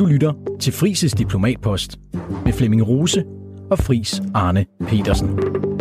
Du lytter til Friis' Diplomatpost med Flemming Rose og Friis Arne Petersen.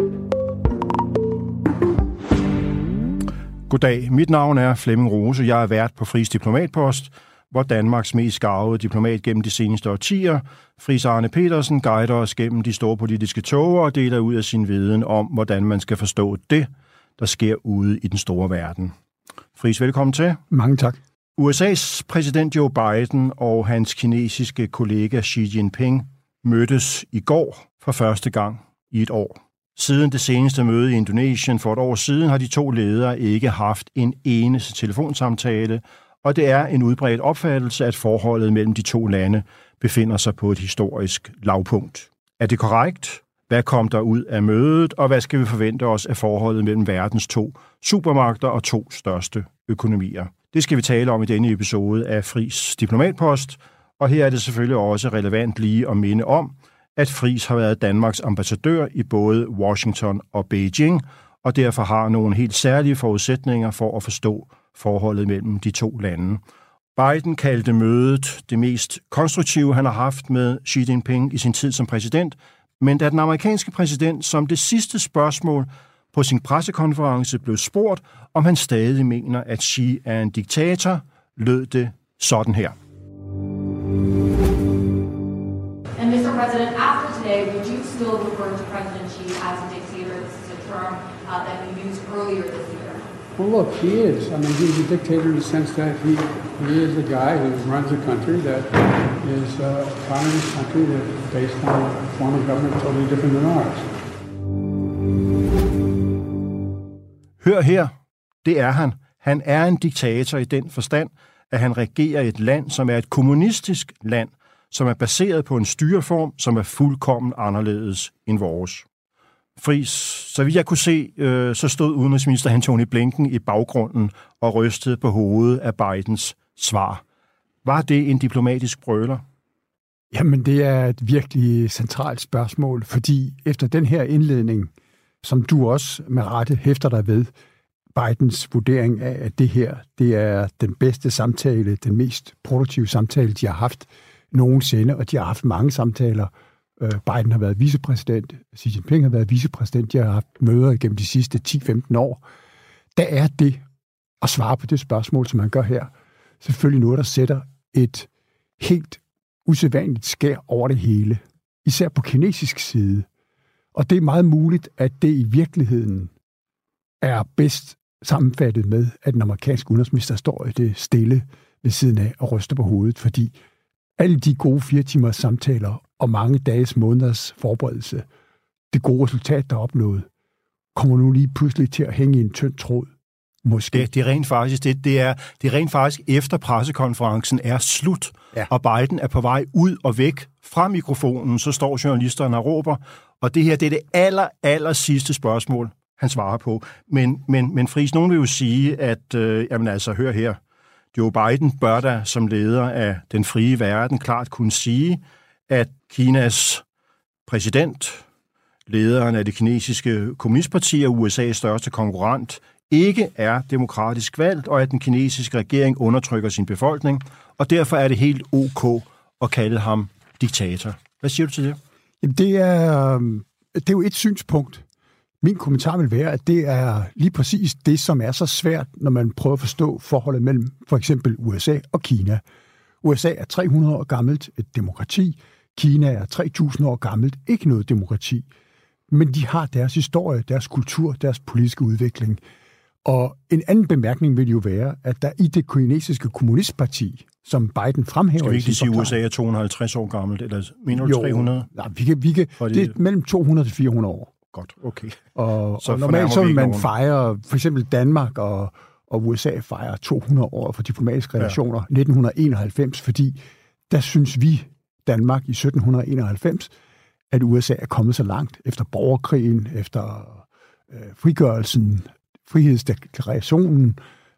Goddag, mit navn er Flemming Rose. Jeg er vært på Friis' Diplomatpost, hvor Danmarks mest garvede diplomat gennem de seneste årtier, Friis Arne Petersen, guider os gennem de store politiske tåger og deler ud af sin viden om, hvordan man skal forstå det, der sker ude i den store verden. Friis, velkommen til. Mange tak. USA's præsident Joe Biden og hans kinesiske kollega Xi Jinping mødtes i går for første gang i et år. Siden det seneste møde i Indonesien for et år siden har de to ledere ikke haft en eneste telefonsamtale, og det er en udbredt opfattelse, at forholdet mellem de to lande befinder sig på et historisk lavpunkt. Er det korrekt? Hvad kom der ud af mødet, og hvad skal vi forvente os af forholdet mellem verdens to supermagter og to største økonomier? Det skal vi tale om i denne episode af Friis' Diplomatpost, og her er det selvfølgelig også relevant lige at minde om, at Friis har været Danmarks ambassadør i både Washington og Beijing, og derfor har nogle helt særlige forudsætninger for at forstå forholdet mellem de to lande. Biden kaldte mødet det mest konstruktive, han har haft med Xi Jinping i sin tid som præsident, men da den amerikanske præsident som det sidste spørgsmål på sin pressekonference blev spurgt, om han stadig mener, at Xi er en diktator, lød det sådan her. And Mr. President, after today, would you still refer to President Xi as a dictator? This is a term that you used earlier this year. Well, look, he is. I mean, he's a dictator in the sense that he is a guy who runs a country that is a communist country that is based on a form of government totally different than ours. Hør her, det er han. Han er en diktator i den forstand, at han regerer et land, som er et kommunistisk land, som er baseret på en styreform, som er fuldkommen anderledes end vores. Friis, så vidt jeg kunne se, så stod udenrigsminister Antony Blinken i baggrunden og rystede på hovedet af Bidens svar. Var det en diplomatisk brøler? Jamen, det er et virkelig centralt spørgsmål, fordi efter den her indledning, som du også med rette hæfter dig ved, Bidens vurdering af, at det her, det er den bedste samtale, den mest produktive samtale, de har haft nogensinde, og de har haft mange samtaler. Biden har været vicepræsident, Xi Jinping har været vicepræsident, de har haft møder igennem de sidste 10-15 år. Der er det at svare på det spørgsmål, som man gør her, selvfølgelig noget, der sætter et helt usædvanligt skær over det hele, især på kinesisk side. Og det er meget muligt, at det i virkeligheden er bedst sammenfattet med, at den amerikanske udenrigsminister står i det stille ved siden af og ryster på hovedet, fordi alle de gode 4 timers samtaler og mange dages måneders forberedelse, det gode resultat, der er opnået, kommer nu lige pludselig til at hænge i en tynd tråd. Måske. Det er rent faktisk efter pressekonferencen er slut, ja. Og Biden er på vej ud og væk fra mikrofonen, så står journalisterne og råber, og det her, det er det aller sidste spørgsmål, han svarer på. Men Friis, nogen vil jo sige, at, hør her, Joe Biden bør da som leder af den frie verden klart kunne sige, at Kinas præsident, lederen af det kinesiske kommunistparti og USA's største konkurrent, ikke er demokratisk valgt, og at den kinesiske regering undertrykker sin befolkning, og derfor er det helt ok at kalde ham diktator. Hvad siger du til det? Jamen, det er jo et synspunkt. Min kommentar vil være, at det er lige præcis det, som er så svært, når man prøver at forstå forholdet mellem for eksempel USA og Kina. USA er 300 år gammelt, et demokrati. Kina er 3000 år gammelt, ikke noget demokrati. Men de har deres historie, deres kultur, deres politiske udvikling. Og en anden bemærkning vil jo være, at der i det kinesiske kommunistparti, som Biden fremhæver... Skal vi ikke sige, at USA er 250 år gammelt, eller mener du 300? Nej, vi kan det er mellem 200 til 400 år. Godt, okay. Og normalt så vil man fejre, for eksempel Danmark og USA fejrer 200 år for diplomatiske relationer, 1991, fordi der synes vi, Danmark i 1791, at USA er kommet så langt efter borgerkrigen, efter frigørelsen, frihedsdeklarationen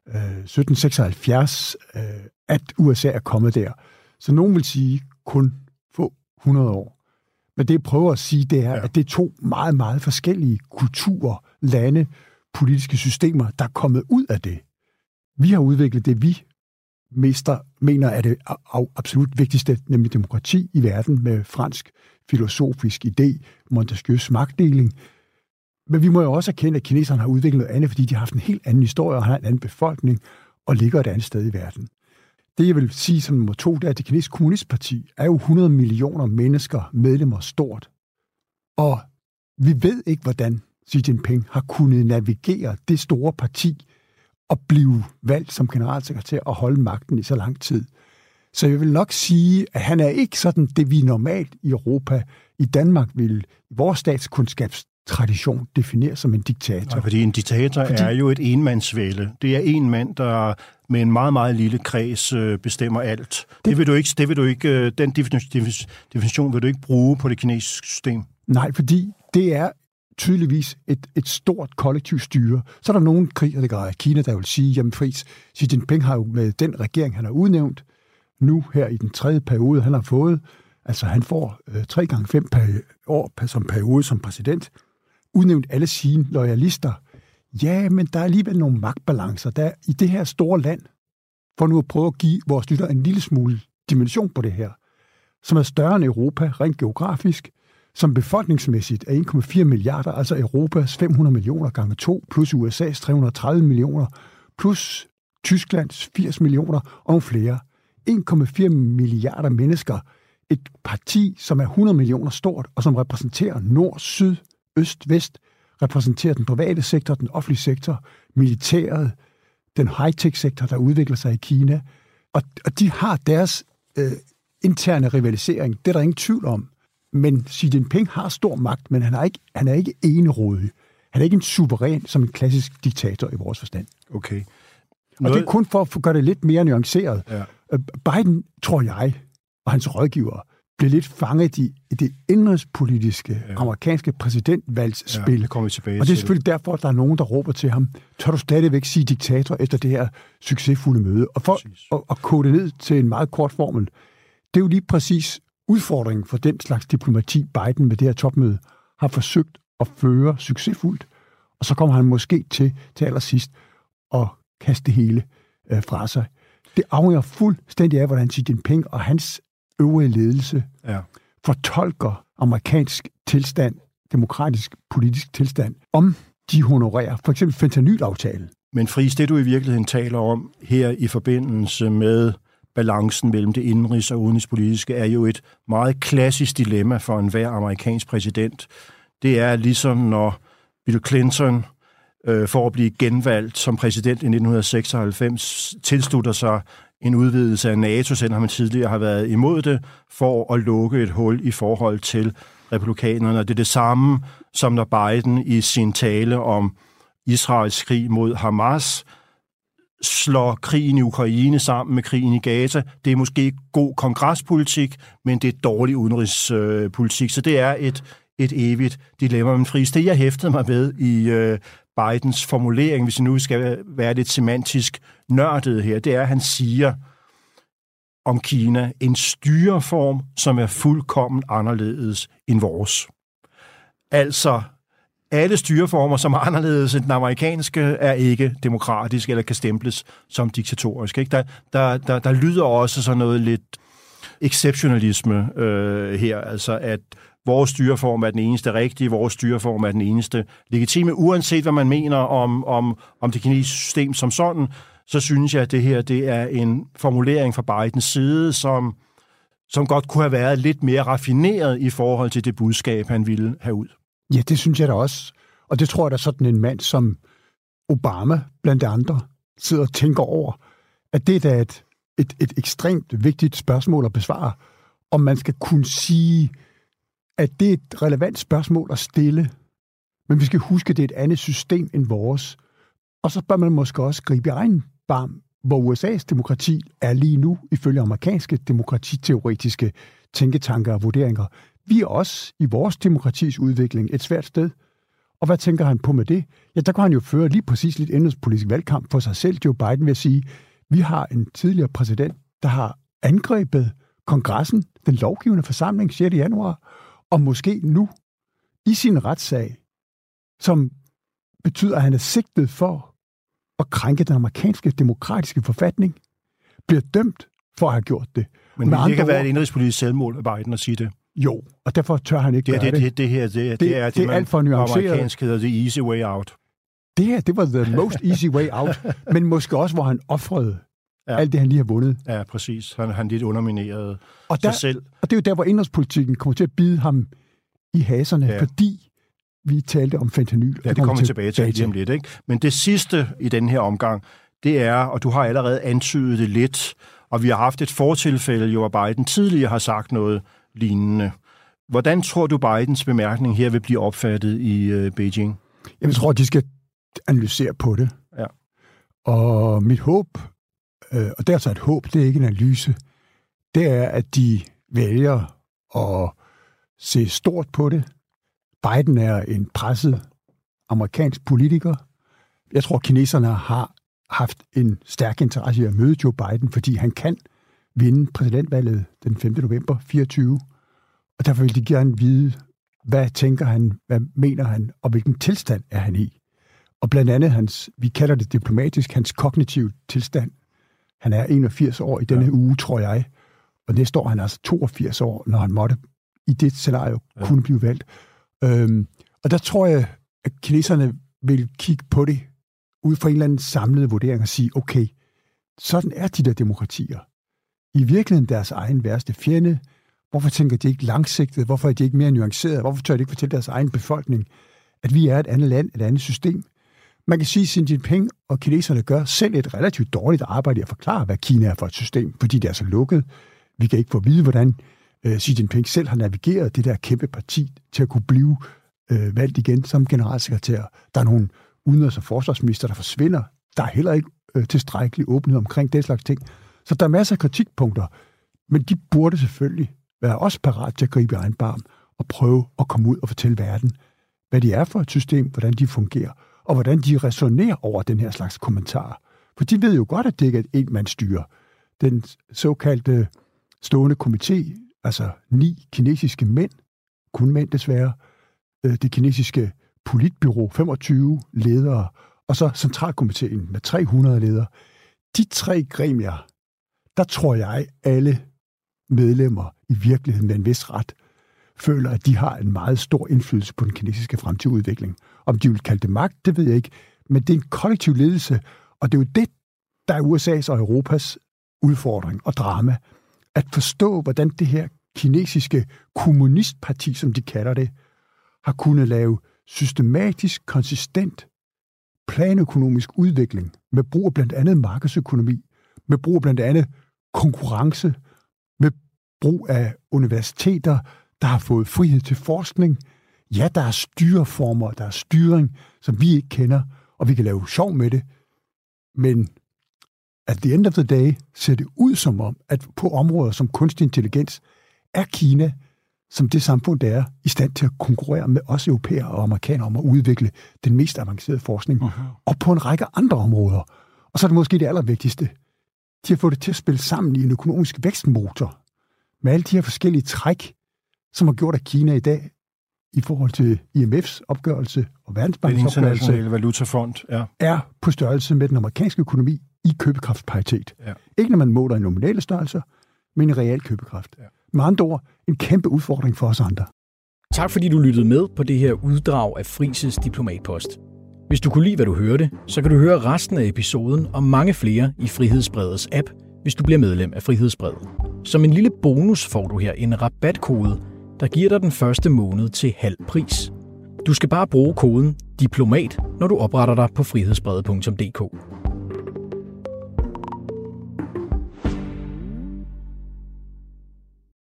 1776, at USA er kommet der. Så nogen vil sige kun få 100 år. Men det jeg prøver at sige, det er, at det er 2 meget, meget forskellige kulturer, lande, politiske systemer, der er kommet ud af det. Vi har udviklet det, vi mener er det absolut vigtigste, nemlig demokrati i verden med fransk filosofisk idé, Montesquieus magtdeling. Men vi må jo også erkende, at kineserne har udviklet noget andet, fordi de har haft en helt anden historie og har en anden befolkning og ligger et andet sted i verden. Det, jeg vil sige som nummer 2, det er, at det kinesiske kommunistparti er jo 100 millioner mennesker, medlemmer stort. Og vi ved ikke, hvordan Xi Jinping har kunnet navigere det store parti og blive valgt som generalsekretær og holde magten i så lang tid. Så jeg vil nok sige, at han er ikke sådan det, vi normalt i Europa, i Danmark vil i vores statskundskabstradition definere som en diktator. Ja, fordi en diktator er jo et enmandsvælde. Det er en mand, der med en meget, meget lille kreds bestemmer alt. Den definition vil du ikke bruge på det kinesiske system. Nej, fordi det er tydeligvis et stort kollektivt styre. Så er der nogle kritikere af Kina, der vil sige, jamen Friis, Xi Jinping har jo med den regering, han har udnævnt, nu her i den 3. periode, han har fået, altså han får 3 gange 5 år som periode som præsident, udnævnt alle sine loyalister. Ja, men der er alligevel nogle magtbalancer, der i det her store land, for nu at prøve at give vores lytter en lille smule dimension på det her, som er større end Europa, rent geografisk, som befolkningsmæssigt er 1,4 milliarder, altså Europas 500 millioner gange 2, plus USA's 330 millioner, plus Tysklands 80 millioner og nogle flere. 1,4 milliarder mennesker. Et parti, som er 100 millioner stort, og som repræsenterer nord, syd, øst, vest, repræsenterer den private sektor, den offentlige sektor, militæret, den high-tech-sektor, der udvikler sig i Kina. Og de har deres interne rivalisering. Det er der ingen tvivl om. Men Xi Jinping har stor magt, men han er ikke enerådig. Han er ikke en suveræn som en klassisk diktator i vores forstand. Okay. Og det er kun for at gøre det lidt mere nuanceret. Ja. Biden, tror jeg, og hans rådgiver, blev lidt fanget i det indrigspolitiske amerikanske præsidentvalgsspil. Ja, kommer vi tilbage og det er selvfølgelig derfor, at der er nogen, der råber til ham, tør du stadigvæk sige diktator efter det her succesfulde møde? Og for at kode det ned til en meget kort formel, det er jo lige præcis udfordringen for den slags diplomati, Biden med det her topmøde har forsøgt at føre succesfuldt. Og så kommer han måske til allersidst at kaste det hele fra sig. Det afhænger fuldstændig af, hvordan Xi Jinping og hans øvrige ledelse fortolker amerikansk tilstand, demokratisk politisk tilstand, om de honorerer for eksempel fentanylaftalen. Men Friis, det du i virkeligheden taler om her i forbindelse med balancen mellem det indrigs- og udenrigspolitiske, er jo et meget klassisk dilemma for enhver amerikansk præsident. Det er ligesom når Bill Clinton for at blive genvalgt som præsident i 1996, tilslutter sig en udvidelse af NATO, selvom han tidligere har været imod det, for at lukke et hul i forhold til republikanerne. Det er det samme, som når Biden i sin tale om Israels krig mod Hamas slår krigen i Ukraine sammen med krigen i Gaza. Det er måske ikke god kongrespolitik, men det er dårlig udenrigspolitik. Så det er et evigt dilemma. Men Friis, det jeg hæftede mig ved i Bidens formulering, hvis jeg nu skal være lidt semantisk nørdet her, det er, at han siger om Kina en styreform, som er fuldkommen anderledes end vores. Altså, alle styreformer, som er anderledes end den amerikanske, er ikke demokratiske eller kan stemples som diktatoriske. Ikke? Der lyder også sådan noget lidt exceptionalisme her, altså at vores styreform er den eneste rigtige, vores styreform er den eneste legitime. Uanset hvad man mener om det kinesiske system som sådan, så synes jeg, at det her det er en formulering fra Bidens side, som godt kunne have været lidt mere raffineret i forhold til det budskab, han ville have ud. Ja, det synes jeg da også. Og det tror jeg da sådan en mand som Obama, blandt andre, sidder og tænker over, at det er da et ekstremt vigtigt spørgsmål at besvare, om man skal kunne sige, at det er et relevant spørgsmål at stille, men vi skal huske, at det er et andet system end vores. Og så bør man måske også gribe i egen barm, hvor USA's demokrati er lige nu, ifølge amerikanske demokratiteoretiske tænketanker og vurderinger. Vi er også i vores demokratis udvikling et svært sted. Og hvad tænker han på med det? Ja, der kan han jo føre lige præcis lidt indrigspolitisk valgkamp for sig selv, Joe Biden, ved at sige, vi har en tidligere præsident, der har angrebet kongressen, den lovgivende forsamling 6. januar, og måske nu i sin retssag, som betyder, at han er sigtet for at krænke den amerikanske demokratiske forfatning. bliver dømt for at have gjort det. Men det kan være et indrigspolitisk selvmål af Biden at sige det. Jo, og derfor tør han ikke gøre det. Det er alt for nuanceret. Amerikansk hedder the easy way out. Det var the most easy way out, men måske også, hvor han offrede alt det, han lige har vundet. Ja, præcis. Han lidt underminerede sig selv. Og det er jo der, hvor indrigspolitikken kommer til at bide ham i haserne, fordi vi talte om fentanyl. Ja, det kommer vi tilbage til lige om lidt. Ikke? Men det sidste i den her omgang, det er, og du har allerede antydet det lidt, og vi har haft et fortilfælde, jo at Biden tidligere har sagt noget lignende. Hvordan tror du, Bidens bemærkning her vil blive opfattet i Beijing? Jeg tror, de skal analysere på det. Ja. Og mit håb, og det er altså et håb, det er ikke en analyse, det er, at de vælger at se stort på det. Biden er en presset amerikansk politiker. Jeg tror, kineserne har haft en stærk interesse i at møde Joe Biden, fordi han kan vinde præsidentvalget den 5. november 24. Og derfor vil de gerne vide, hvad tænker han, hvad mener han, og hvilken tilstand er han i. Og blandt andet vi kalder det diplomatisk, hans kognitive tilstand. Han er 81 år i denne uge, tror jeg. Og næste år er han altså 82 år, når han måtte i det scenario kunne blive valgt. Og der tror jeg, at kineserne vil kigge på det ud fra en eller anden samlet vurdering og sige, okay, sådan er de der demokratier. I virkeligheden deres egen værste fjende. Hvorfor tænker de ikke langsigtet? Hvorfor er de ikke mere nuanceret? Hvorfor tør de ikke fortælle deres egen befolkning, at vi er et andet land, et andet system? Man kan sige, at Xi Jinping og kineserne gør selv et relativt dårligt arbejde i at forklare, hvad Kina er for et system, fordi det er så lukket. Vi kan ikke få at vide, hvordan Xi Jinping selv har navigeret det der kæmpe parti til at kunne blive valgt igen som generalsekretær. Der er nogle udenrigs- og forsvarsminister, der forsvinder. Der er heller ikke tilstrækkelig åbenhed omkring den slags ting. Så der er masser af kritikpunkter, men de burde selvfølgelig være også parat til at gribe i egen barm og prøve at komme ud og fortælle verden, hvad de er for et system, hvordan de fungerer, og hvordan de resonerer over den her slags kommentarer. For de ved jo godt, at det ikke er et enmandsstyre. Den såkaldte stående komité, altså 9 kinesiske mænd, kun mænd desværre, det kinesiske politbyrå, 25 ledere, og så centralkomiteen med 300 ledere. De 3 gremier, der tror jeg, alle medlemmer i virkeligheden med en vis ret føler, at de har en meget stor indflydelse på den kinesiske fremtidige udvikling. Om de vil kalde det magt, det ved jeg ikke, men det er en kollektiv ledelse, og det er jo det, der er USA's og Europas udfordring og drama, at forstå, hvordan det her kinesiske kommunistparti, som de kalder det, har kunnet lave systematisk, konsistent planøkonomisk udvikling med brug af blandt andet markedsøkonomi, med brug af blandt andet konkurrence, med brug af universiteter, der har fået frihed til forskning. Ja, der er styreformer, der er styring, som vi ikke kender, og vi kan lave sjov med det. Men at the end of the day ser det ud som om, at på områder som kunstig intelligens er Kina, som det samfund, der er, i stand til at konkurrere med os europæere og amerikanere om at udvikle den mest avancerede forskning, og på en række andre områder. Og så er det måske det allervigtigste. De har fået det til at spille sammen i en økonomisk vækstmotor, med alle de her forskellige træk, som har gjort, at Kina i dag, i forhold til IMF's opgørelse og Verdensbankens opgørelse, den internationale valutafond, er på størrelse med den amerikanske økonomi i købekraftsparitet. Ja. Ikke når man måler i nominale størrelser, men i real købekraft. Ja. Med andre ord, en kæmpe udfordring for os andre. Tak fordi du lyttede med på det her uddrag af Frises Diplomatpost. Hvis du kunne lide, hvad du hørte, så kan du høre resten af episoden og mange flere i Frihedsbredets app, hvis du bliver medlem af Frihedsbredet. Som en lille bonus får du her en rabatkode, der giver dig den første måned til halv pris. Du skal bare bruge koden DIPLOMAT, når du opretter dig på frihedsbredet.dk.